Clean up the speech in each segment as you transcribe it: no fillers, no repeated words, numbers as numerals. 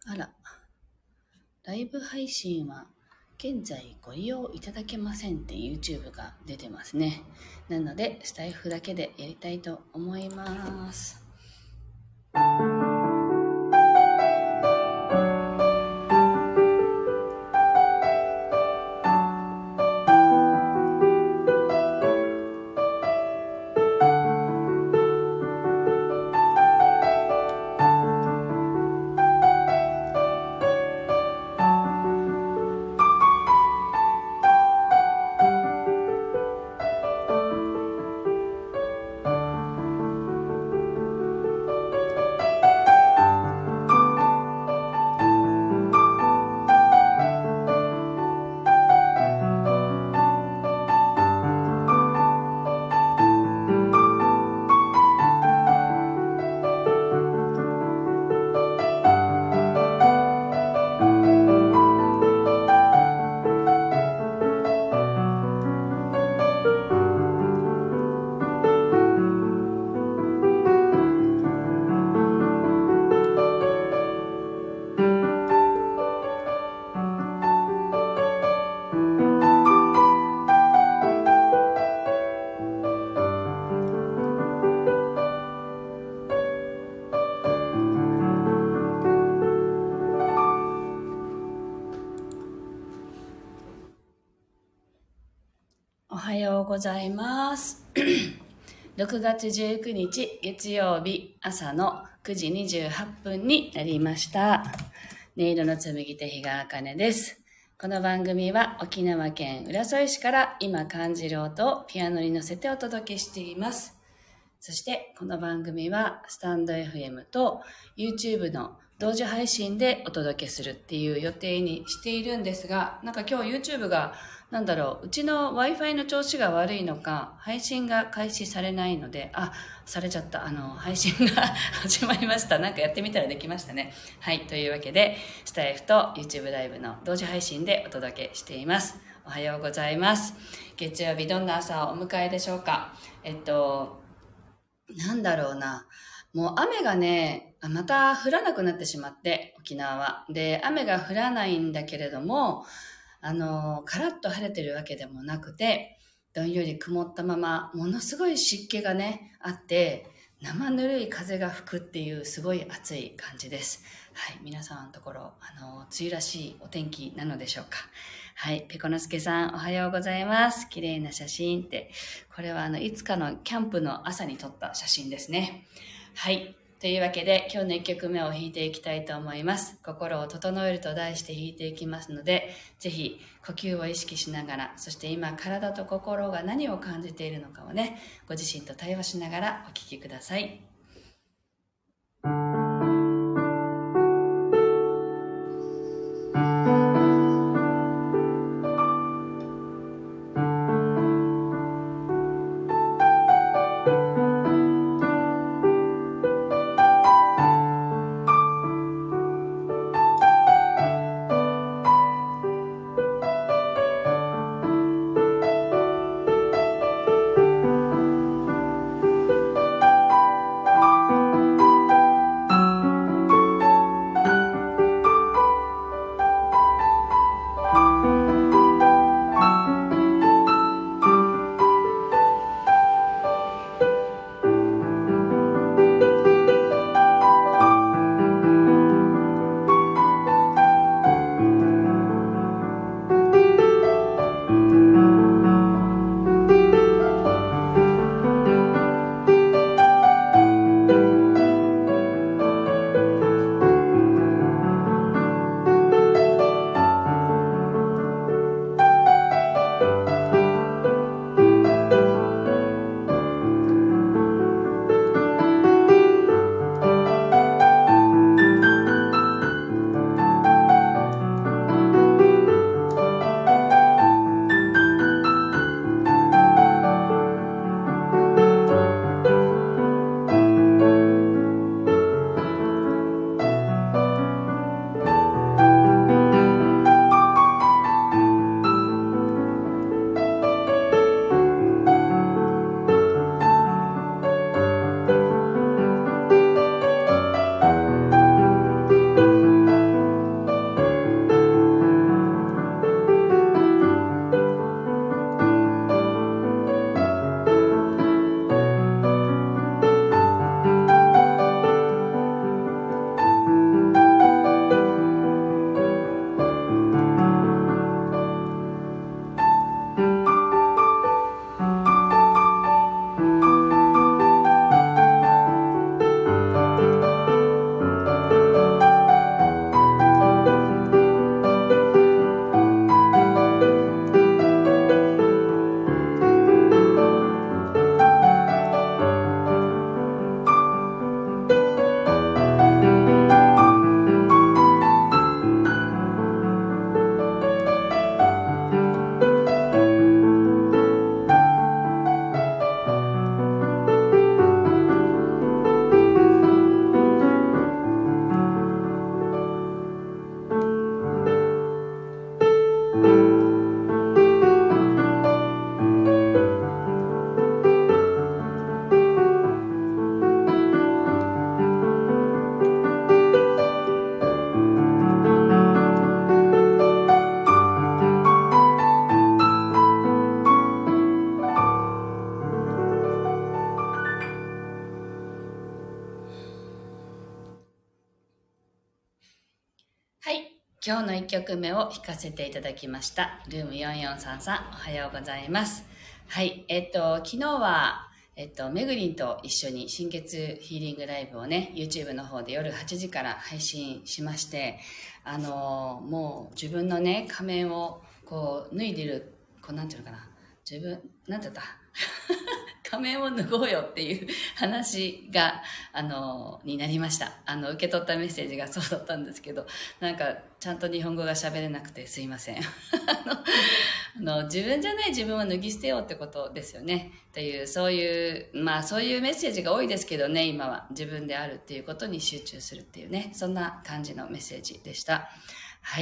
あら、ライブ配信は現在ご利用いただけませんって YouTube が出てますね。なので、スタイフだけでやりたいと思います。おはようございます。6月19日月曜日朝の9時28分になりました。音色の紡手日川茜です。この番組は沖縄県浦添市から今感じる音をピアノに乗せてお届けしています。そしてこの番組はスタンド FM と YouTube の同時配信でお届けするっていう予定にしているんですが、なんか今日 YouTube がうちの Wi-Fi の調子が悪いのか、配信が開始されないので、されちゃった。配信が始まりました。なんかやってみたらできましたね。はい。というわけで、スタイフと YouTube ライブの同時配信でお届けしています。おはようございます。月曜日どんな朝をお迎えでしょうか。もう雨がね、また降らなくなってしまって、沖縄は。で、雨が降らないんだけれども、カラッと晴れてるわけでもなくて、どんより曇ったまま、ものすごい湿気がね、あって、生ぬるい風が吹くっていうすごい暑い感じです。はい、皆さんのところ、梅雨らしいお天気なのでしょうか。はい、ペコノスケさんおはようございます。綺麗な写真って、これはいつかのキャンプの朝に撮った写真ですね。はい。というわけで、今日の1曲目を弾いていきたいと思います。心を整えると題して弾いていきますので、ぜひ呼吸を意識しながら、そして今体と心が何を感じているのかをね、ご自身と対話しながらお聴きください。 今日の1曲目を弾かせていただきました。ルーム4433、おはようございます。はい、昨日は、めぐりんと一緒に新月ヒーリングライブをね、YouTube の方で夜8時から配信しまして、もう自分のね、仮面をこう脱いでる、なんていうのかな、なんて言った仮面を脱ごうよっていう話が、になりました。受け取ったメッセージがそうだったんですけど、なんか、ちゃんと日本語が喋れなくてすいません。自分じゃない自分を脱ぎ捨てようってことですよね。という、そういうメッセージが多いですけどね、今は。自分であるっていうことに集中するっていうね、そんな感じのメッセージでした。はい、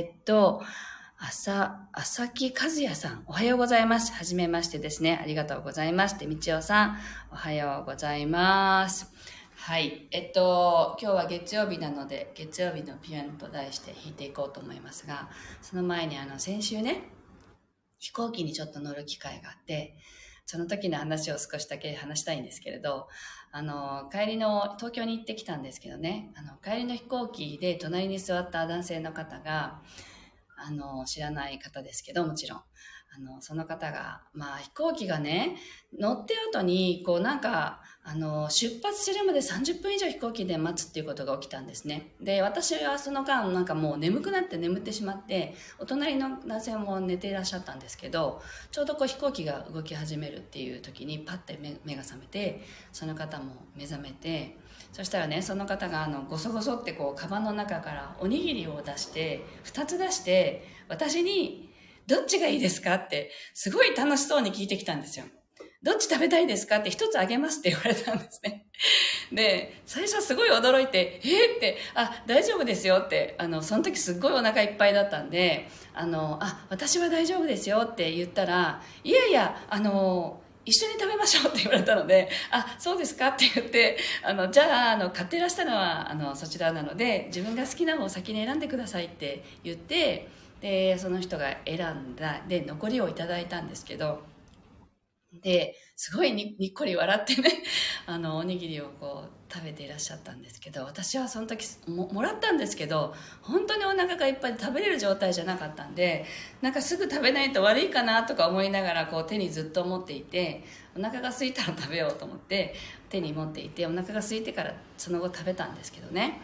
朝木和也さん、おはようございます。はじめましてですね。ありがとうございます。で、みちおさん、おはようございます。はい。今日は月曜日なので、月曜日のピアノと題して弾いていこうと思いますが、その前に先週ね、飛行機にちょっと乗る機会があって、その時の話を少しだけ話したいんですけれど、東京に行ってきたんですけどね、帰りの飛行機で隣に座った男性の方が、知らない方ですけど、もちろん。その方が、飛行機がね、乗って後に、出発するまで30分以上飛行機で待つっていうことが起きたんですね。で、私はその間、もう眠くなって眠ってしまって、お隣の男性も寝ていらっしゃったんですけど、ちょうど飛行機が動き始めるっていう時に、パッて目が覚めて、その方も目覚めて、そしたらね、その方がゴソゴソってカバンの中からおにぎりを出して、2つ出して、私に、どっちがいいですかって、すごい楽しそうに聞いてきたんですよ。どっち食べたいですかって1つあげますって言われたんですね。で、最初すごい驚いて、って、大丈夫ですよって、その時すっごいお腹いっぱいだったんで、私は大丈夫ですよって言ったら、いやいや、一緒に食べましょうって言われたので、そうですかって言って、じゃあ、買ってらしたのは、そちらなので、自分が好きな方を先に選んでくださいって言って、で、その人が選んだ、で、残りをいただいたんですけど、で、すごいにっこり笑ってね、おにぎりを食べていらっしゃったんですけど、私はその時もらったんですけど、本当にお腹がいっぱいで食べれる状態じゃなかったんで、すぐ食べないと悪いかなとか思いながら手にずっと持っていて、お腹が空いたら食べようと思って手に持っていて、お腹が空いてからその後食べたんですけどね、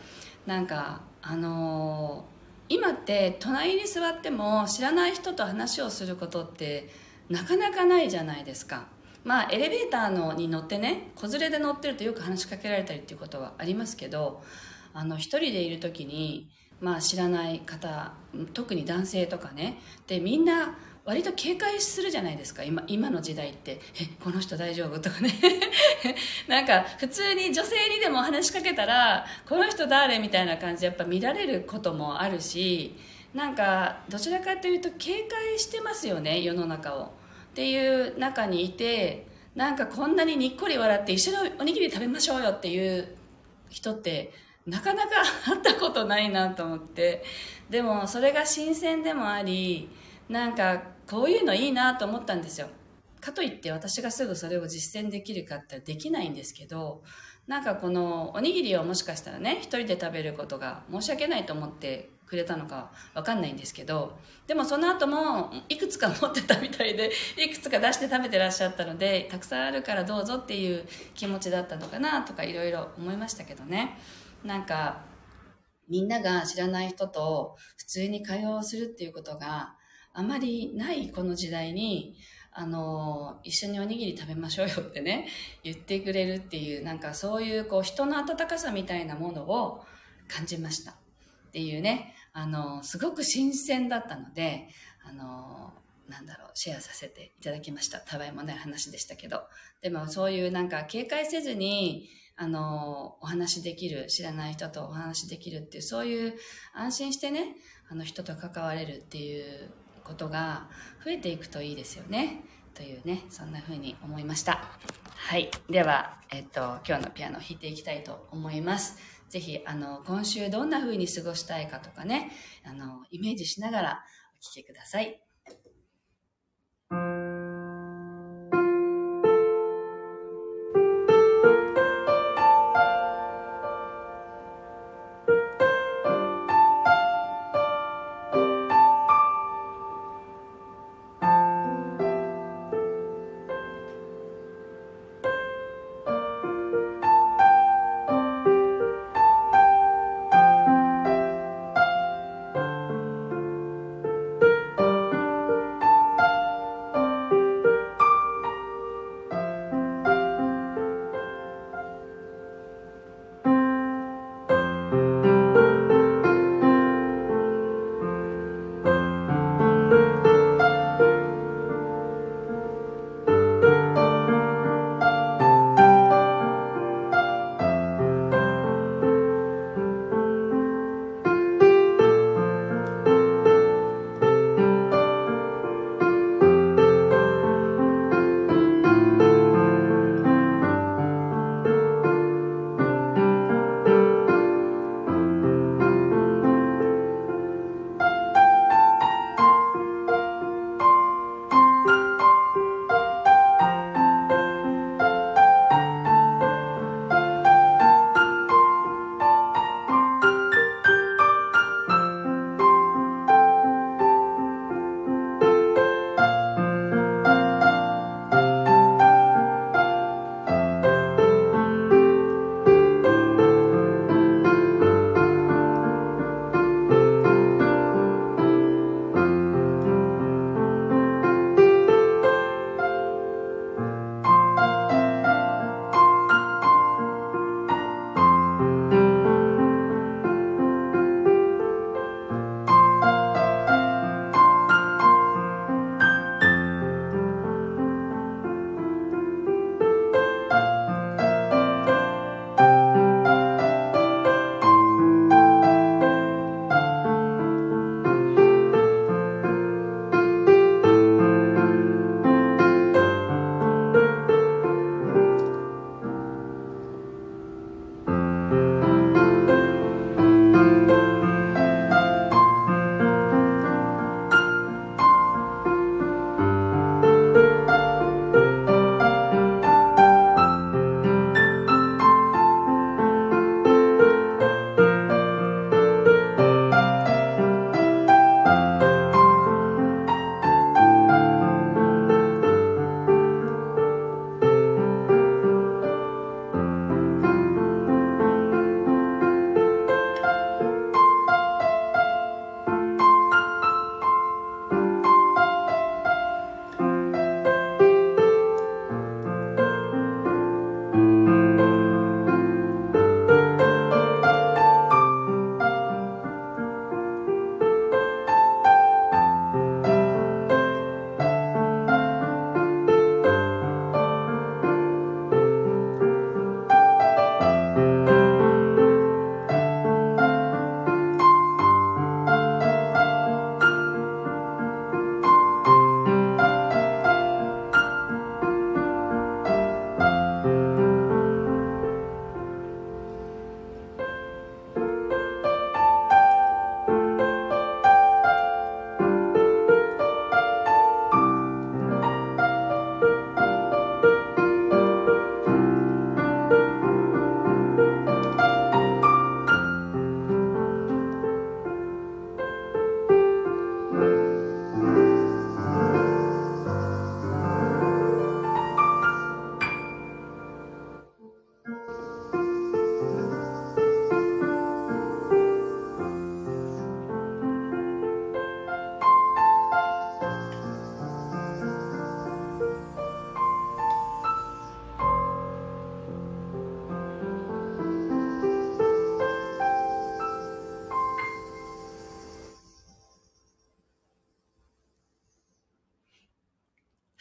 今って隣に座っても知らない人と話をすることってなかなかないじゃないですか。エレベーターに乗ってね、子連れで乗ってるとよく話しかけられたりっていうことはありますけど、一人でいる時に、知らない方、特に男性とかね、でみんな割と警戒するじゃないですか、今の時代って。この人大丈夫とかね普通に女性にでも話しかけたら、この人誰みたいな感じでやっぱ見られることもあるし、どちらかというと警戒してますよね、世の中をっていう中にいて、こんなににっこり笑って一緒におにぎり食べましょうよっていう人ってなかなか会ったことないなと思って、でもそれが新鮮でもあり、こういうのいいなと思ったんですよ。かといって私がすぐそれを実践できるかってできないんですけど、このおにぎりをもしかしたらね、一人で食べることが申し訳ないと思ってくれたのかわかんないんですけど、でもその後もいくつか持ってたみたいで、いくつか出して食べてらっしゃったので、たくさんあるからどうぞっていう気持ちだったのかなとかいろいろ思いましたけどね。みんなが知らない人と普通に会話をするっていうことがあまりないこの時代に、一緒におにぎり食べましょうよってね、言ってくれるっていう、そういう人の温かさみたいなものを感じましたっていうね、すごく新鮮だったので、シェアさせていただきました。たわいもない話でしたけど。でもそういう警戒せずに、お話できる、知らない人とお話できるっていう、そういう安心してね、人と関われるっていうことが増えていくといいですよね。というね、そんな風に思いました。はい。では、今日のピアノを弾いていきたいと思います。ぜひ、今週どんな風に過ごしたいかとかね、イメージしながらお聴きください。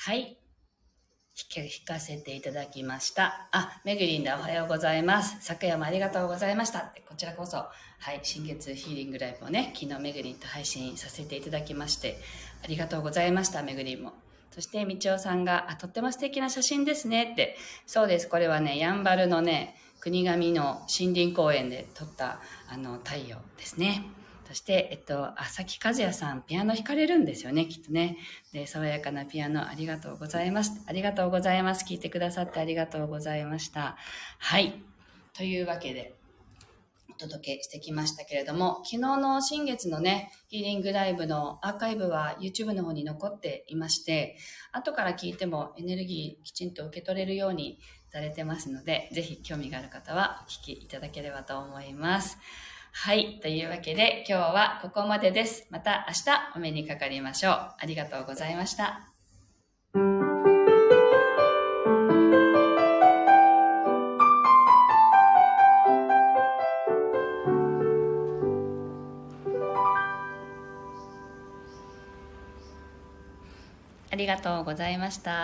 はい。弾かせていただきました。めぐりんだ、おはようございます。昨夜もありがとうございましたって、こちらこそ、はい、新月ヒーリングライブをね、昨日めぐりんと配信させていただきまして、ありがとうございました、めぐりんも。そして、みちおさんが、とっても素敵な写真ですねって、そうです、これはね、やんばるのね、国頭の森林公園で撮った、太陽ですね。そして、朝木和也さん、ピアノ弾かれるんですよね、きっとね。で、爽やかなピアノ、ありがとうございます。ありがとうございます。聞いてくださってありがとうございました。はい。というわけで、お届けしてきましたけれども、昨日の新月のね、ヒーリングライブのアーカイブは YouTube の方に残っていまして、後から聞いてもエネルギーきちんと受け取れるようにされてますので、ぜひ興味がある方はお聞きいただければと思います。はい。というわけで、今日はここまでです。また明日お目にかかりましょう。ありがとうございました。ありがとうございました。